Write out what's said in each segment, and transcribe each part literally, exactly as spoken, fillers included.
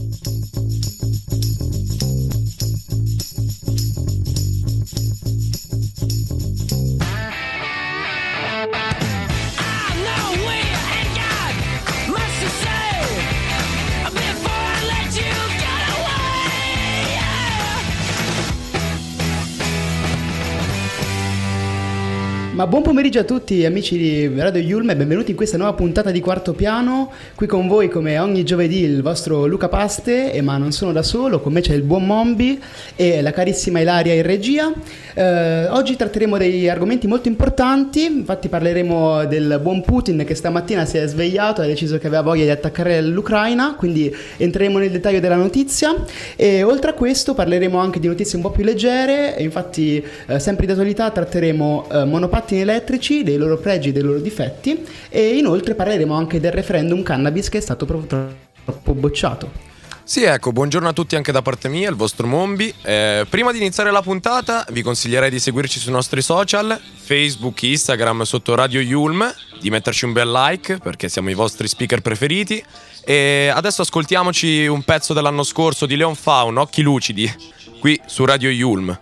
Ma buon pomeriggio a tutti amici di Radio Yulm e benvenuti in questa nuova puntata di Quarto Piano. Qui con voi come ogni giovedì il vostro Luca Paste, e ma non sono da solo, con me c'è il buon Mombi e la carissima Ilaria in regia. Eh, oggi tratteremo degli argomenti molto importanti, infatti parleremo del buon Putin che stamattina si è svegliato e ha deciso che aveva voglia di attaccare l'Ucraina, quindi entreremo nel dettaglio della notizia e oltre a questo parleremo anche di notizie un po' più leggere, e infatti eh, sempre di attualità tratteremo eh, monopattini elettrici, dei loro pregi e dei loro difetti, e inoltre parleremo anche del referendum cannabis che è stato purtroppo bocciato. Sì, ecco, buongiorno a tutti anche da parte mia, il vostro Mombi. Eh, prima di iniziare la puntata vi consiglierei di seguirci sui nostri social, Facebook, Instagram sotto Radio Yulm, di metterci un bel like perché siamo i vostri speaker preferiti. E adesso ascoltiamoci un pezzo dell'anno scorso di Leon Faun, Occhi Lucidi, qui su Radio Yulm.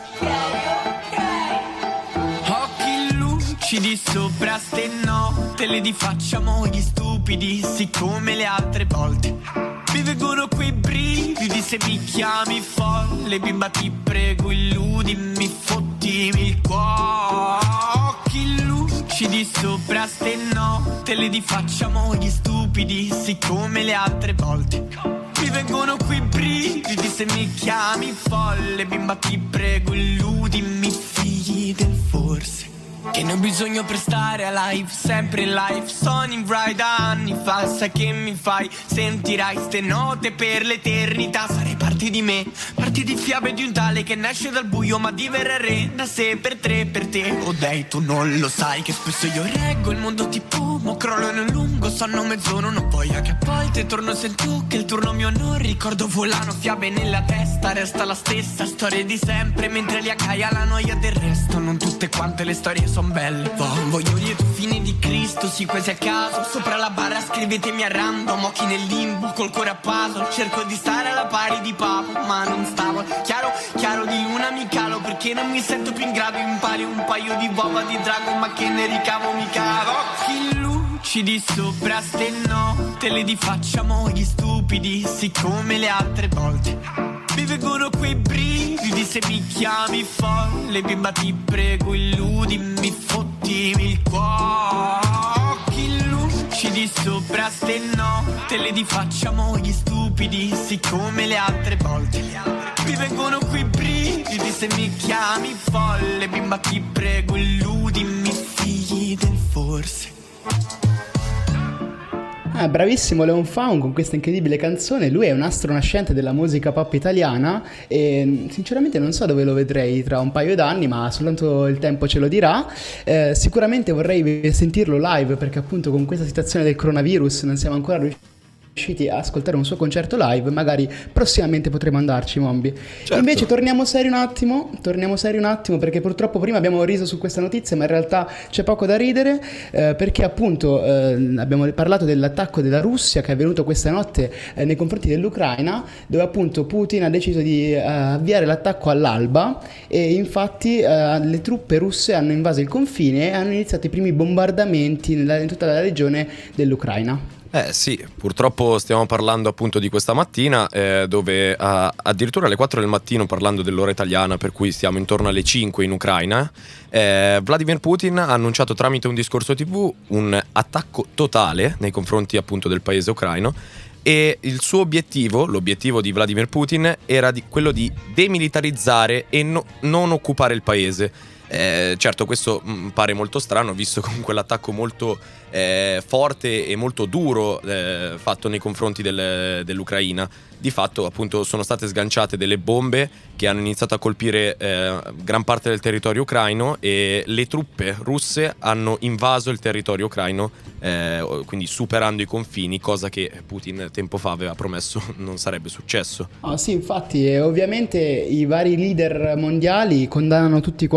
Di sopra ste notte le rifacciamo gli stupidi, siccome le altre volte mi vengono quei brividi se mi chiami folle, bimba ti prego illudimi, fottimi il cuore. Occhi lucidi sopra ste notte le rifacciamo gli stupidi, siccome le altre volte mi vengono quei brividi se mi chiami folle, bimba ti prego illudimi, figli del forse. Che non ho bisogno per stare alive, sempre in live, sono in ride da anni fa, sai che mi fai, sentirai ste note per l'eternità, sarai parte di me, parte di fiabe di un tale che nasce dal buio ma diverrà re da sé per tre per te, oh dai tu non lo sai che spesso io reggo il mondo tipo, mo crollo in un lungo sonno mezz'ora, non voglia che a volte torno sento che il turno mio non ricordo volano, fiabe nella testa, resta la stessa storia di sempre, mentre li accaia la noia del resto, non tutte quante le storie son belle. Voglio lieto fine di Cristo, sì quasi a caso, sopra la barra scrivetemi a random, occhi nel limbo, col cuore a puzzle, cerco di stare alla pari di Papo, ma non stavo, chiaro, chiaro di una mi calo, perché non mi sento più in grado, impari un paio di uova di drago, ma che ne ricavo mi cavo. Occhi lucidi sopra ste notte, le rifacciamo gli stupidi, siccome le altre volte mi vengono quei brividi se mi chiami folle, bimba ti prego illudimi, fottimi il cuore. Occhi lucidi sopra ste notte, le rifacciamo gli stupidi, siccome le altre volte mi vengono quei brividi se mi chiami folle, bimba ti prego illudimi, figli del forse. Ah, bravissimo Leon Faun con questa incredibile canzone. Lui è un astro nascente della musica pop italiana e sinceramente non so dove lo vedrei tra un paio d'anni, ma soltanto il tempo ce lo dirà. Eh, sicuramente vorrei sentirlo live perché appunto con questa situazione del coronavirus non siamo ancora riusciti riusciti a ascoltare un suo concerto live, magari prossimamente potremo andarci, Mombi. Certo. Invece torniamo seri un attimo, torniamo seri un attimo perché purtroppo prima abbiamo riso su questa notizia, ma in realtà c'è poco da ridere, eh, perché appunto eh, abbiamo parlato dell'attacco della Russia che è avvenuto questa notte eh, nei confronti dell'Ucraina, dove appunto Putin ha deciso di eh, avviare l'attacco all'alba e infatti eh, le truppe russe hanno invaso il confine e hanno iniziato i primi bombardamenti nella, in tutta la regione dell'Ucraina. Eh sì, purtroppo stiamo parlando appunto di questa mattina eh, dove uh, addirittura alle quattro del mattino, parlando dell'ora italiana, per cui stiamo intorno alle cinque in Ucraina, eh, Vladimir Putin ha annunciato tramite un discorso tivù un attacco totale nei confronti appunto del paese ucraino, e il suo obiettivo, l'obiettivo di Vladimir Putin, era di, quello di demilitarizzare e no, non occupare il paese. Eh, certo, questo mh, pare molto strano visto comunque l'attacco molto eh, forte e molto duro eh, fatto nei confronti del, dell'Ucraina. Di fatto appunto sono state sganciate delle bombe che hanno iniziato a colpire eh, gran parte del territorio ucraino e le truppe russe hanno invaso il territorio ucraino, eh, quindi superando i confini, cosa che Putin tempo fa aveva promesso non sarebbe successo. Oh, sì, infatti, eh, ovviamente i vari leader mondiali condannano tutti quanti questi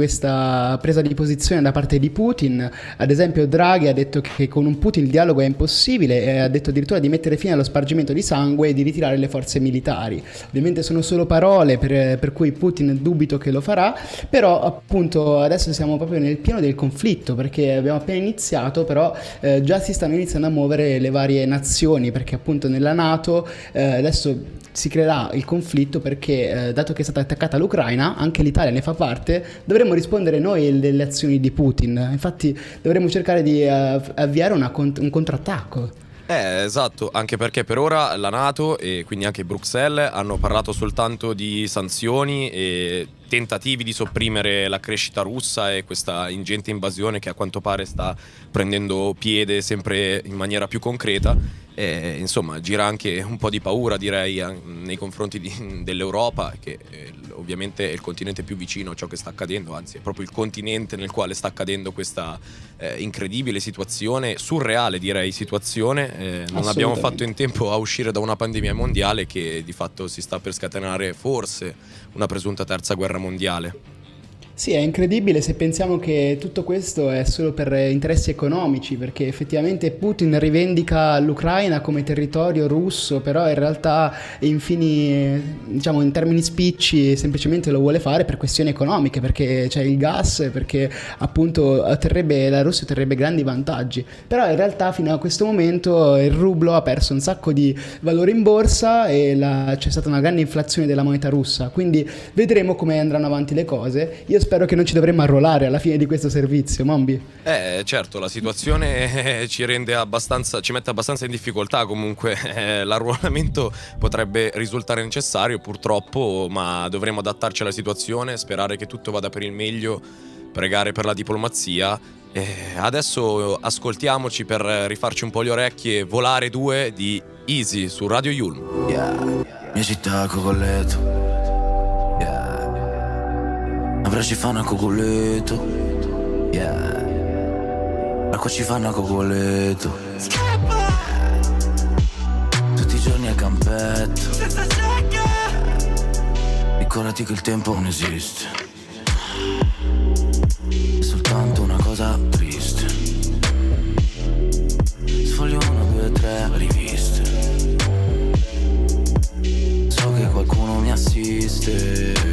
questa presa di posizione da parte di Putin. Ad esempio Draghi ha detto che con un Putin il dialogo è impossibile e ha detto addirittura di mettere fine allo spargimento di sangue e di ritirare le forze militari. Ovviamente sono solo parole, per, per cui Putin dubito che lo farà, però appunto adesso siamo proprio nel pieno del conflitto, perché abbiamo appena iniziato, però eh, già si stanno iniziando a muovere le varie nazioni, perché appunto nella NATO eh, adesso si creerà il conflitto perché eh, dato che è stata attaccata l'Ucraina, anche l'Italia ne fa parte, dovremmo rispondere noi delle azioni di Putin. Infatti dovremmo cercare di uh, avviare una cont- un contrattacco. Eh, esatto, anche perché per ora la NATO e quindi anche Bruxelles hanno parlato soltanto di sanzioni e tentativi di sopprimere la crescita russa e questa ingente invasione che a quanto pare sta prendendo piede sempre in maniera più concreta. E, insomma, gira anche un po' di paura, direi, nei confronti di, dell'Europa, che eh, ovviamente è il continente più vicino a ciò che sta accadendo, anzi è proprio il continente nel quale sta accadendo questa eh, incredibile situazione, surreale direi situazione. Eh, non abbiamo fatto in tempo a uscire da una pandemia mondiale che di fatto si sta per scatenare forse una presunta terza guerra mondiale. Sì, è incredibile se pensiamo che tutto questo è solo per interessi economici, perché effettivamente Putin rivendica l'Ucraina come territorio russo, però in realtà infine, diciamo in termini spicci, semplicemente lo vuole fare per questioni economiche, perché c'è il gas, perché appunto otterrebbe, la Russia otterrebbe grandi vantaggi. Però in realtà fino a questo momento il rublo ha perso un sacco di valore in borsa e la, c'è stata una grande inflazione della moneta russa, quindi vedremo come andranno avanti le cose. Io spero che non ci dovremmo arruolare alla fine di questo servizio, Mombi. Eh, certo, la situazione ci rende abbastanza, ci mette abbastanza in difficoltà comunque. Eh, l'arruolamento potrebbe risultare necessario purtroppo, ma dovremo adattarci alla situazione, sperare che tutto vada per il meglio, pregare per la diplomazia. Eh, adesso ascoltiamoci per rifarci un po' le orecchie Volare due di Easy su Radio Yulm. Yeah, mia città Cogoleto. Ora ci fanno a Cogoleto, yeah. Acqua ci fanno a Cogoleto. Scappa! Tutti i giorni al campetto. Senza cerca! Ricordati che il tempo non esiste. È soltanto una cosa triste. Sfoglio uno, due, tre riviste. So che qualcuno mi assiste.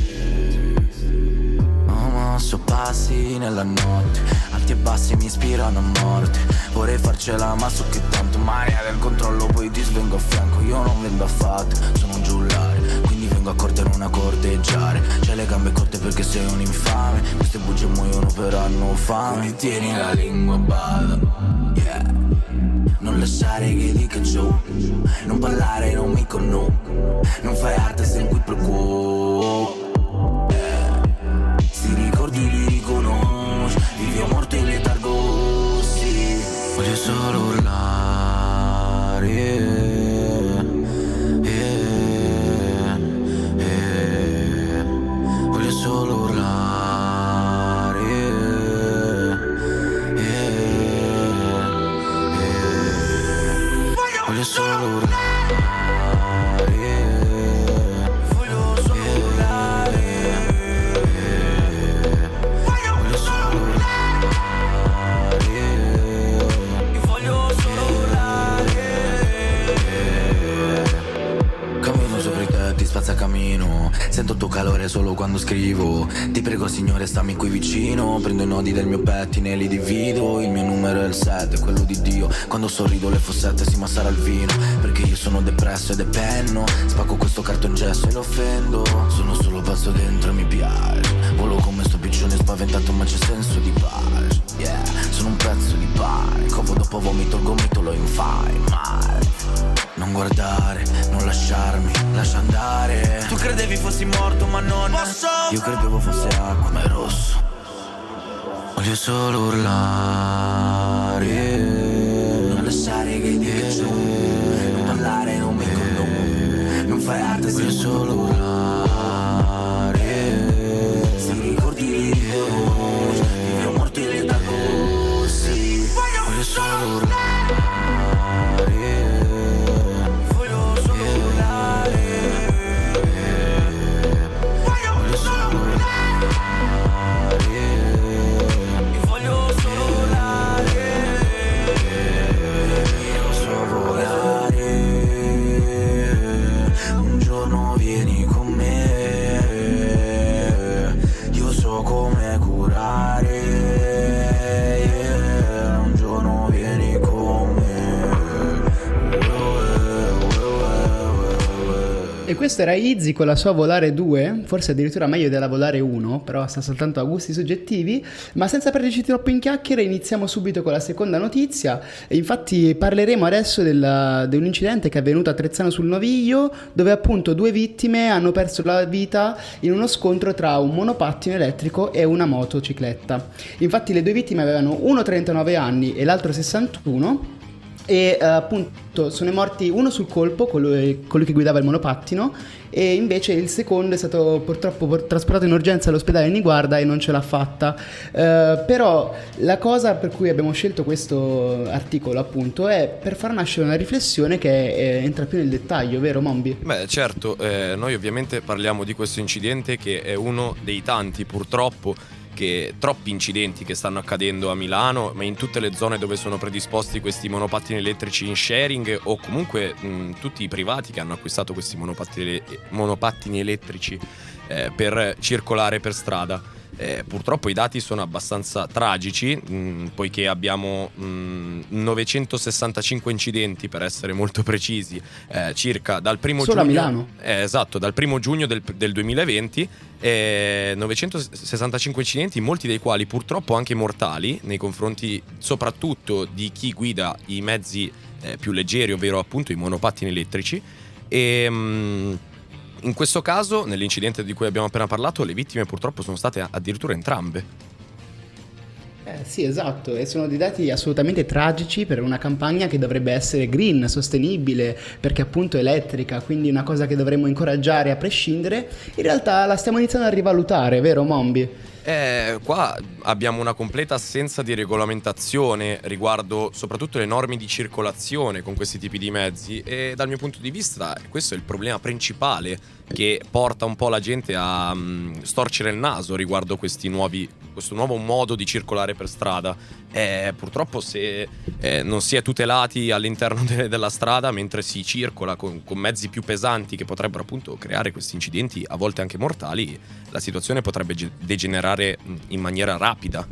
Mosso passi nella notte, alti e bassi mi ispirano a morte. Vorrei farcela ma so che tanto marea del controllo, poi ti svengo a fianco. Io non vengo affatto, sono un giullare, quindi vengo a corte e non a corteggiare. C'hai le gambe corte perché sei un infame, queste bugie muoiono per hanno fame. Mi tieni la lingua bada, yeah. Non lasciare che dica giù, non parlare non mi conosco, non fai arte se in cui preoccupo. Ti ricordi li riconosci, vivi o morto in letargo, sì. Voglio solo urlare, yeah, yeah, yeah. Voglio solo urlare, yeah, yeah, yeah. Voglio solo urlare. Cammino, sento il tuo calore solo quando scrivo. Ti prego signore stammi qui vicino. Prendo i nodi del mio pettine, li divido. Il mio numero è il sette, quello di Dio. Quando sorrido le fossette si massara il vino. Perché io sono depresso ed è penno. Spacco questo cartongesso e lo offendo. Sono solo pazzo dentro e mi piace. Volo come sto piccione spaventato ma c'è senso di pace. Yeah, sono un pezzo di pane. Covo dopo vomito il gomito lo infai male. Non guardare, non lasciarmi, lascia andare. Tu credevi fossi morto ma non posso. Io credevo fosse acqua ma è rosso. Voglio solo urlare, non lasciare che dica giù, non parlare, non mi condono, non fai arte. Voglio solo urlare, se ricordi li riconosci, vivi o morto in letargo, sì. Voglio solo urlare. E questo era Izzy con la sua Volare due, forse addirittura meglio della Volare uno, però sta soltanto a gusti soggettivi. Ma senza perderci troppo in chiacchiere, iniziamo subito con la seconda notizia. E infatti parleremo adesso della, di un incidente che è avvenuto a Trezzano sul Noviglio, dove appunto due vittime hanno perso la vita in uno scontro tra un monopattino elettrico e una motocicletta. Infatti le due vittime avevano uno trentanove anni e l'altro sessantuno. E uh, appunto sono morti uno sul colpo, colui, colui che guidava il monopattino, e invece il secondo è stato purtroppo por- trasportato in urgenza all'ospedale Niguarda e non ce l'ha fatta. Uh, però la cosa per cui abbiamo scelto questo articolo appunto è per far nascere una riflessione che eh, entra più nel dettaglio, vero Mombi? Beh certo, eh, noi ovviamente parliamo di questo incidente che è uno dei tanti purtroppo che troppi incidenti che stanno accadendo a Milano, ma in tutte le zone dove sono predisposti questi monopattini elettrici in sharing o comunque mh, tutti i privati che hanno acquistato questi monopattini, monopattini elettrici eh, per circolare per strada. Eh, purtroppo i dati sono abbastanza tragici, mh, poiché abbiamo mh, novecentosessantacinque incidenti, per essere molto precisi, eh, circa dal primo solo giugno, a Milano? Eh, esatto, dal primo giugno del, del duemilaventi, eh, novecentosessantacinque incidenti, molti dei quali purtroppo anche mortali nei confronti soprattutto di chi guida i mezzi eh, più leggeri, ovvero appunto i monopattini elettrici. E mh, in questo caso, nell'incidente di cui abbiamo appena parlato, le vittime purtroppo sono state addirittura entrambe. Eh, sì, esatto, e sono dei dati assolutamente tragici per una campagna che dovrebbe essere green, sostenibile, perché appunto elettrica, quindi una cosa che dovremmo incoraggiare a prescindere. In realtà la stiamo iniziando a rivalutare, vero Mombi? Eh, qua abbiamo una completa assenza di regolamentazione riguardo soprattutto le norme di circolazione con questi tipi di mezzi, e dal mio punto di vista questo è il problema principale che porta un po' la gente a um, storcere il naso riguardo questi nuovi, questo nuovo modo di circolare per strada. Eh, purtroppo se eh, non si è tutelati all'interno de- della strada mentre si circola con, con mezzi più pesanti che potrebbero appunto creare questi incidenti a volte anche mortali, la situazione potrebbe ge- degenerare in maniera rapida.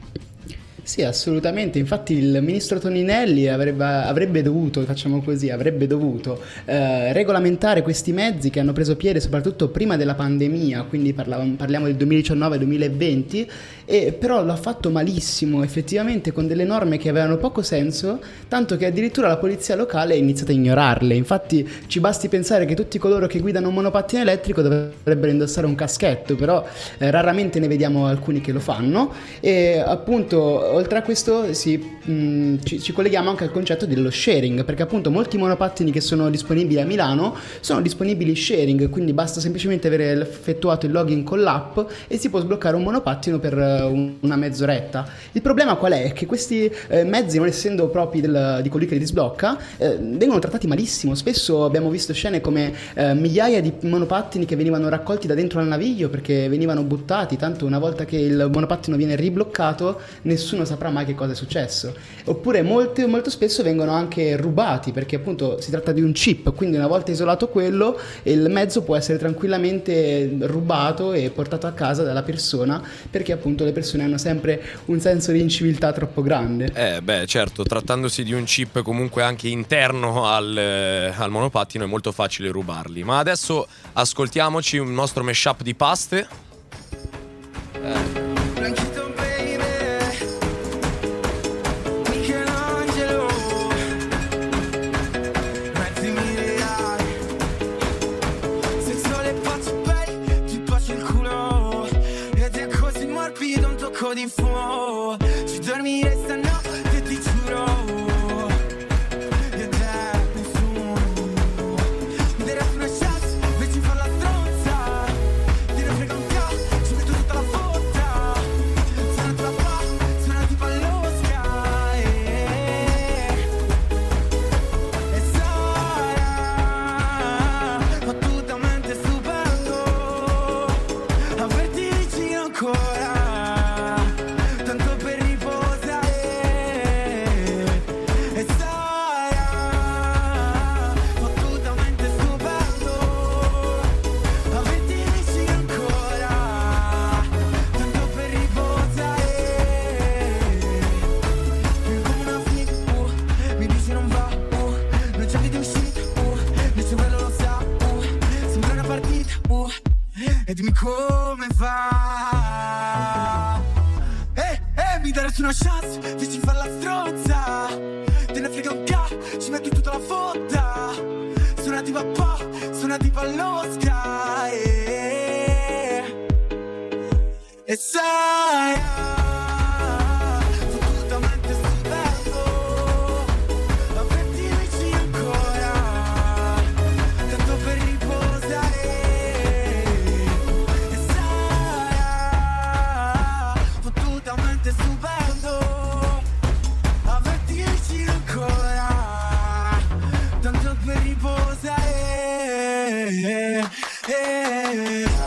Sì, assolutamente. Infatti il ministro Toninelli avrebbe, avrebbe dovuto, facciamo così, avrebbe dovuto eh, regolamentare questi mezzi che hanno preso piede soprattutto prima della pandemia, quindi parlavamo, parliamo del duemiladiciannove duemilaventi, e però l'ha fatto malissimo, effettivamente, con delle norme che avevano poco senso, tanto che addirittura la polizia locale ha iniziato a ignorarle. Infatti ci basti pensare che tutti coloro che guidano un monopattino elettrico dovrebbero indossare un caschetto, però eh, raramente ne vediamo alcuni che lo fanno. E appunto oltre a questo si, mh, ci, ci colleghiamo anche al concetto dello sharing, perché appunto molti monopattini che sono disponibili a Milano sono disponibili sharing, quindi basta semplicemente avere effettuato il login con l'app e si può sbloccare un monopattino per un, una mezz'oretta. Il problema qual è? Che questi eh, mezzi, non essendo propri del, di colui che li sblocca, eh, vengono trattati malissimo. Spesso abbiamo visto scene come eh, migliaia di monopattini che venivano raccolti da dentro al naviglio perché venivano buttati, tanto una volta che il monopattino viene ribloccato nessuno saprà mai che cosa è successo. Oppure molto, molto spesso vengono anche rubati, perché appunto si tratta di un chip, quindi una volta isolato quello il mezzo può essere tranquillamente rubato e portato a casa dalla persona, perché appunto le persone hanno sempre un senso di inciviltà troppo grande. Eh beh certo, trattandosi di un chip comunque anche interno al, eh, al monopattino è molto facile rubarli. Ma adesso ascoltiamoci un nostro mashup di paste. eh. Di fumo, ci dormirei stanotte, ti giuro. Io te, nessuno. Mi darei una chance, invece di far la stronza. Ti ne frega un cazzo, ci metto tutta la botta. e dimmi come va. Eh, eh, mi daresti una chance, dici far la stronza, te ne frega un ca', ci metti tutta la fotta. Sono una diva po', sono una diva all'Oscar, eh. E sai, ah, fottutamente stupendo averti vicino ancora, tanto per riposare. E sai, ah, fottutamente stupendo averti vicino ancora, tanto per riposare. Eh, eh, eh.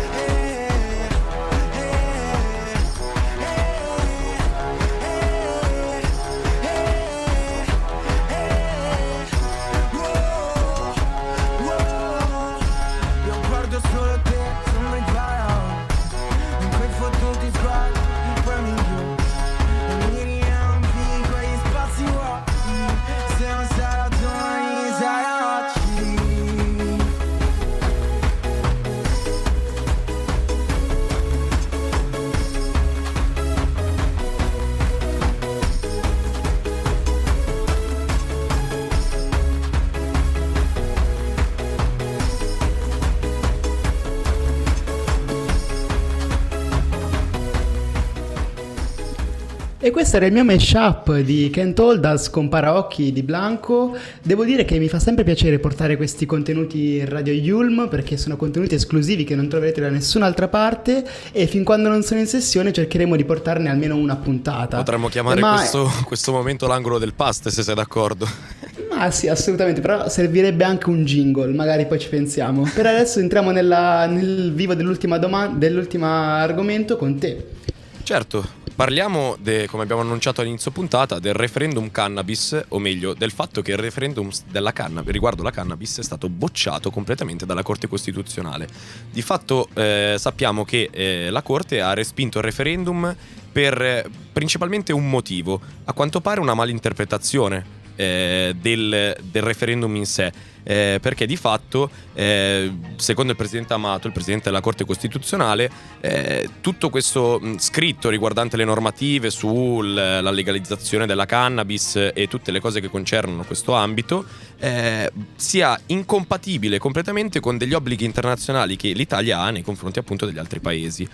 E questo era il mio mashup di Kent Holdas con Paraocchi di Blanco. Devo dire che mi fa sempre piacere portare questi contenuti in Radio Yulm, perché sono contenuti esclusivi che non troverete da nessun'altra parte, e fin quando non sono in sessione cercheremo di portarne almeno una puntata. Potremmo chiamare Ma... questo, questo momento l'angolo del paste, se sei d'accordo. Ah sì, assolutamente, però servirebbe anche un jingle, magari poi ci pensiamo. Per adesso entriamo nella, nel vivo dell'ultima domanda, dell'ultimo argomento con te. Certo. Parliamo, de, come abbiamo annunciato all'inizio puntata, del referendum cannabis, o meglio del fatto che il referendum della cannabis, riguardo la cannabis, è stato bocciato completamente dalla Corte Costituzionale. Di fatto eh, sappiamo che eh, la Corte ha respinto il referendum per eh, principalmente un motivo, a quanto pare una malinterpretazione eh, del, del referendum in sé. Eh, perché di fatto, eh, secondo il presidente Amato, il presidente della Corte Costituzionale, eh, tutto questo mh, scritto riguardante le normative sulla legalizzazione della cannabis e tutte le cose che concernono questo ambito eh, sia incompatibile completamente con degli obblighi internazionali che l'Italia ha nei confronti appunto degli altri paesi.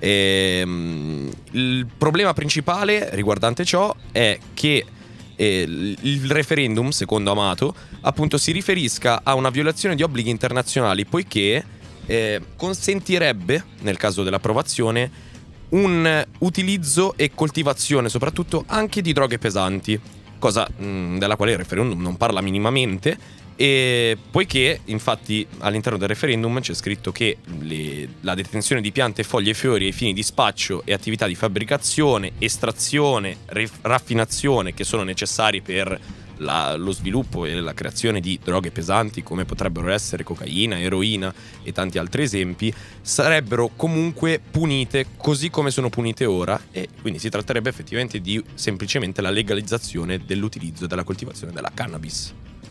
E, mh, il problema principale riguardante ciò è che il referendum, secondo Amato, appunto si riferisca a una violazione di obblighi internazionali, poiché eh, consentirebbe, nel caso dell'approvazione, un utilizzo e coltivazione soprattutto anche di droghe pesanti, cosa mh, della quale il referendum non parla minimamente. E poiché infatti all'interno del referendum c'è scritto che le, la detenzione di piante, foglie e fiori ai fini di spaccio e attività di fabbricazione, estrazione, rif, raffinazione che sono necessari per la, lo sviluppo e la creazione di droghe pesanti come potrebbero essere cocaina, eroina e tanti altri esempi, sarebbero comunque punite così come sono punite ora, e quindi si tratterebbe effettivamente di semplicemente la legalizzazione dell'utilizzo e della coltivazione della cannabis.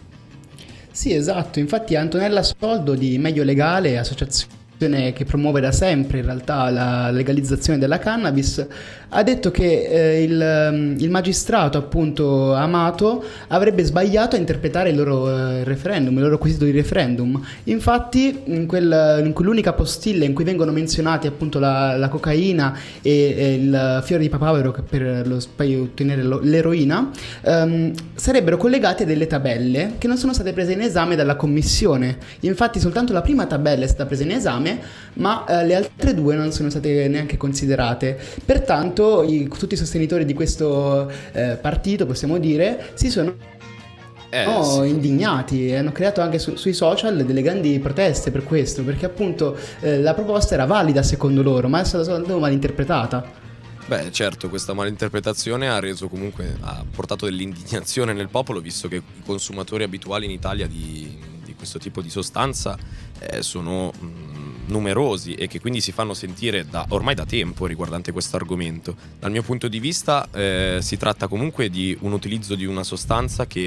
Sì, esatto, infatti Antonella Soldo di Meglio Legale, associazione che promuove da sempre in realtà la legalizzazione della cannabis, ha detto che eh, il, il magistrato appunto Amato avrebbe sbagliato a interpretare il loro eh, referendum, il loro quesito di referendum. Infatti in, quel, in quell'unica postilla in cui vengono menzionati appunto la, la cocaina e, e il fiore di papavero per lo, per ottenere lo, l'eroina ehm, sarebbero collegate a delle tabelle che non sono state prese in esame dalla commissione. Infatti soltanto la prima tabella è stata presa in esame, ma eh, le altre due non sono state neanche considerate. Pertanto i, tutti i sostenitori di questo eh, partito, possiamo dire, si sono eh, oh, sì. indignati e hanno creato anche su, sui social delle grandi proteste per questo, perché appunto eh, la proposta era valida secondo loro, ma è stata soltanto malinterpretata. Beh, certo, questa malinterpretazione ha reso comunque, ha portato dell'indignazione nel popolo, visto che i consumatori abituali in Italia di, di questo tipo di sostanza eh, sono mh, numerosi e che quindi si fanno sentire da, ormai da tempo riguardante questo argomento. Dal mio punto di vista eh, si tratta comunque di un utilizzo di una sostanza che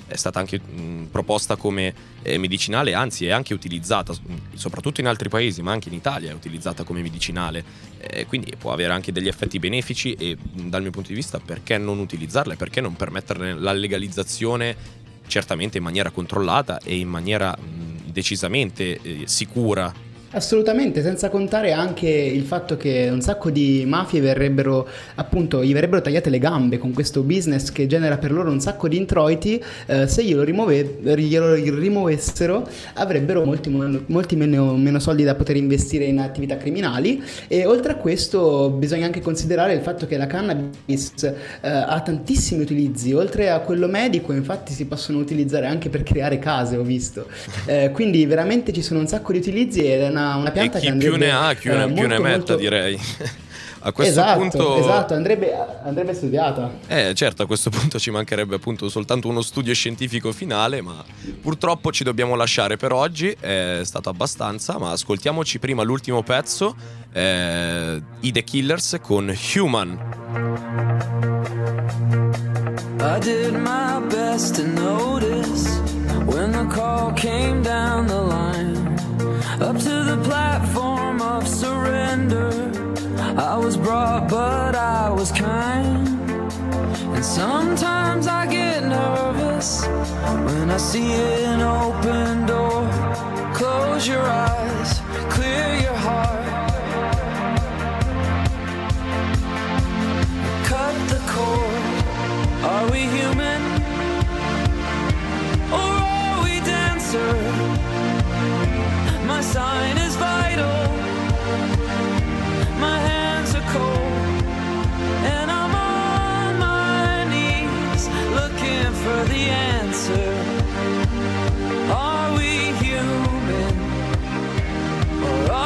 è stata anche mh, proposta come eh, medicinale, anzi è anche utilizzata soprattutto in altri paesi, ma anche in Italia è utilizzata come medicinale, eh, quindi può avere anche degli effetti benefici e dal mio punto di vista perché non utilizzarla, perché non permetterne la legalizzazione, certamente in maniera controllata e in maniera mh, decisamente eh, sicura. Assolutamente, senza contare anche il fatto che un sacco di mafie verrebbero, appunto, gli verrebbero tagliate le gambe con questo business che genera per loro un sacco di introiti. Eh, se glielo, rimuove, glielo rimuovessero avrebbero molti, molti meno, meno soldi da poter investire in attività criminali. E oltre a questo bisogna anche considerare il fatto che la cannabis eh, ha tantissimi utilizzi, oltre a quello medico infatti si possono utilizzare anche per creare case, ho visto, eh, quindi veramente ci sono un sacco di utilizzi ed è una una pianta e chi che andrebbe, più ne ha più, eh, ne, più ne metta molto... direi. A questo esatto, punto esatto, andrebbe, andrebbe studiata. Eh certo, a questo punto ci mancherebbe appunto soltanto uno studio scientifico finale, ma purtroppo ci dobbiamo lasciare per oggi, è stato abbastanza, ma ascoltiamoci prima l'ultimo pezzo, eh, i The Killers con Human. I did my best to notice when the call came down the line, up to the platform of surrender. I was brought but I was kind, and sometimes I get nervous when I see an open door. Close your eyes, clear your heart, cut the cord. Are we human or are we dancer? My sign is vital, my hands are cold, and I'm on my knees looking for the answer. Are we human or are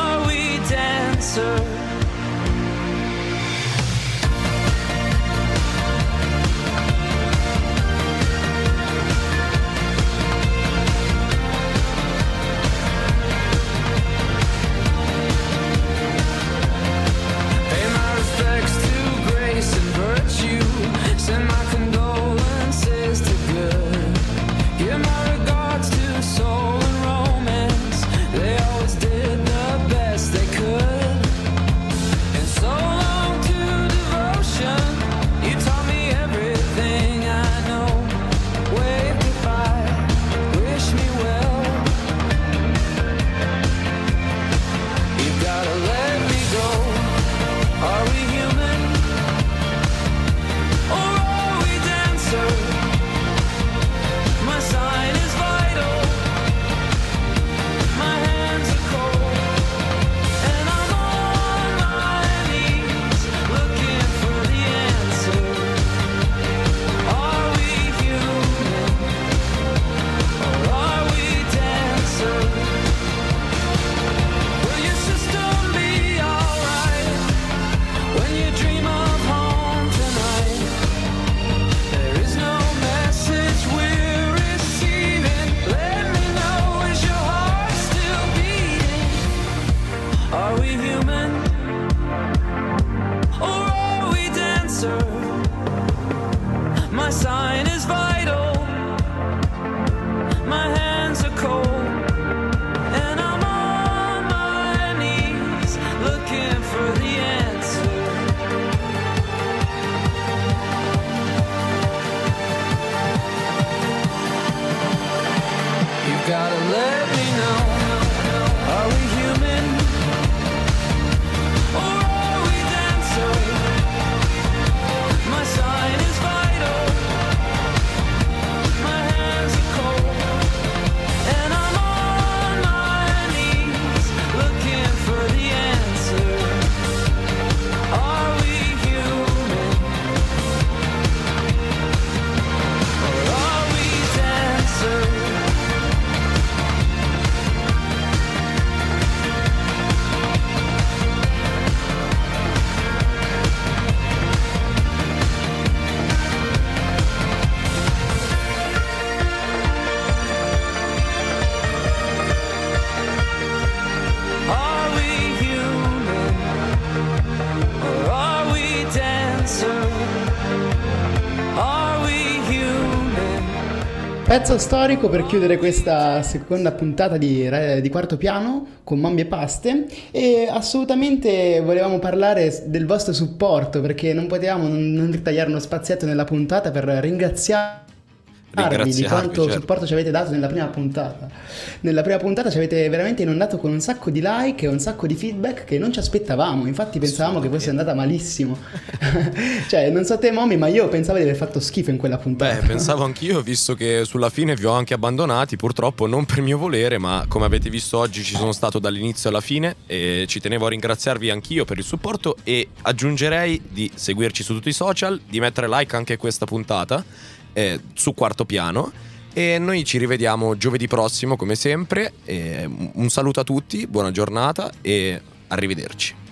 Pezzo storico per chiudere questa seconda puntata di, di Quarto Piano con Mambi e Paste, e assolutamente volevamo parlare del vostro supporto, perché non potevamo non, non ritagliare uno spazietto nella puntata per ringraziare di quanto certo. supporto ci avete dato nella prima puntata. Nella prima puntata ci avete veramente inondato con un sacco di like e un sacco di feedback che non ci aspettavamo, infatti pensavamo che fosse andata malissimo. Cioè, non so te Momi, ma io pensavo di aver fatto schifo in quella puntata. Beh, pensavo anch'io, visto che sulla fine vi ho anche abbandonati, purtroppo non per mio volere, ma come avete visto oggi ci sono stato dall'inizio alla fine e ci tenevo a ringraziarvi anch'io per il supporto, e aggiungerei di seguirci su tutti i social, di mettere like anche a questa puntata eh, su Quarto Piano, e noi ci rivediamo giovedì prossimo come sempre. E un saluto a tutti, buona giornata e arrivederci.